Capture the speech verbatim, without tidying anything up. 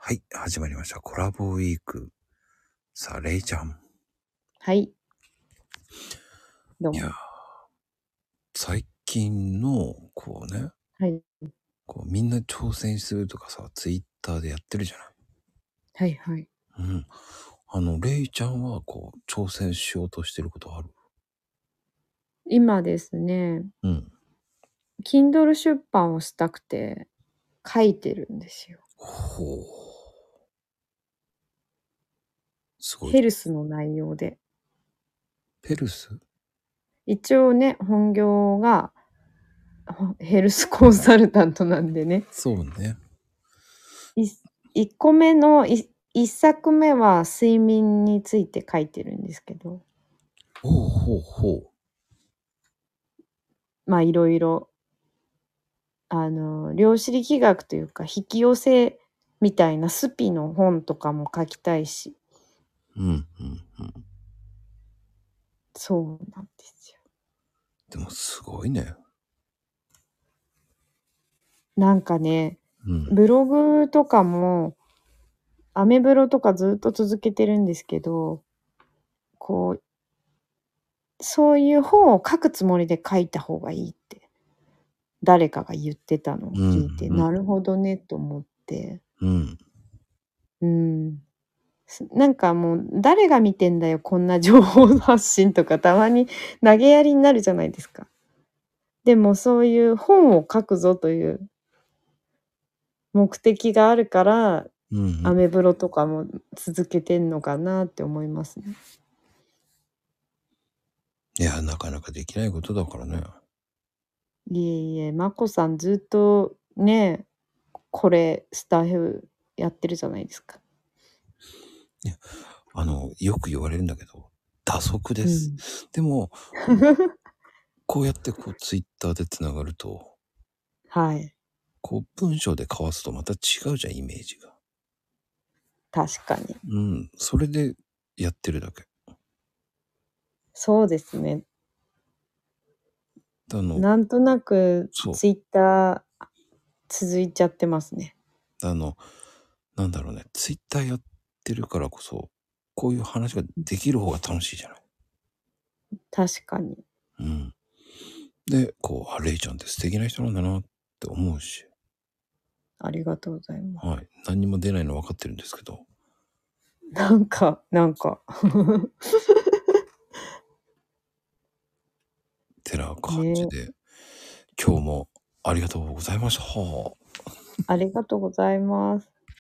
はい、始まりました。コラボウィーク。さあ、レイちゃん。 はい。どういやー、 も。 最近の、こうね、 はい。 こうみんな挑戦するとかさ、ツイッターでやってるじゃはいはい。 ない。うん。あの、レイちゃんは、こう、挑戦しようとしてることある？ 今ですね、 うん。 Kindle 出版をしたくて書いてるんですよ。 ほう。すごい。 ヘルスの内容で。 ペルス？ 一応ね、本業がほヘルスコンサルタントなんでね。 そうね。 い一個目のい一作目は睡眠について書いてるんですけど、 ほうほうほまあいろいろ、あの、量子力学というか引き寄せみたいなスピの本とかも書きたいし、 う。うん、うん、うん。 そうなんですよ。 でも、すごいね。 なんかね、 うん。 ブログとかも、アメブロとかずっと続けてるんですけど、こう、そういう本を書くつもりで書いた方がいいって、誰かが言ってたのをうん、 聞いて、 うん、 なるほどねと思って、 うん。 うん。すなんかもう、誰が見てんだよ、こんな情報発信とかたまに投げやりになるじゃないですか。でもそういう本を書くぞという目的があるから、 うん、うん。 アメブロとかも続けてんのかなって思いますね。 いや、なかなかできないことだからね。 いえいえ、マコさんずっとね、これスタイフやってるじゃないですか。 いや、あの、よく言われるんだけど、打足です。 うん。 でも、こうやってこうツイッターでつながると、 はい、 こう文章で交わすとまた違うじゃん、イメージが。 確かに。 うん、それでやってるだけ。 そうですね。 あの、 なんとなくそう、 ツイッター続いちゃってますね。 あの、なんだろうね、ツイッターやってるからこそ、こういう話ができる方が楽しいじゃない。 確かに。 うん。で、こう、あ、レイちゃんって素敵な人なんだなって思うし、 ありがとうございます。 はい。何にも出ないの分かってるんですけど、 なんか、なんかてな感じね、 で、今日もありがとうございました。はあ。 ありがとうございます。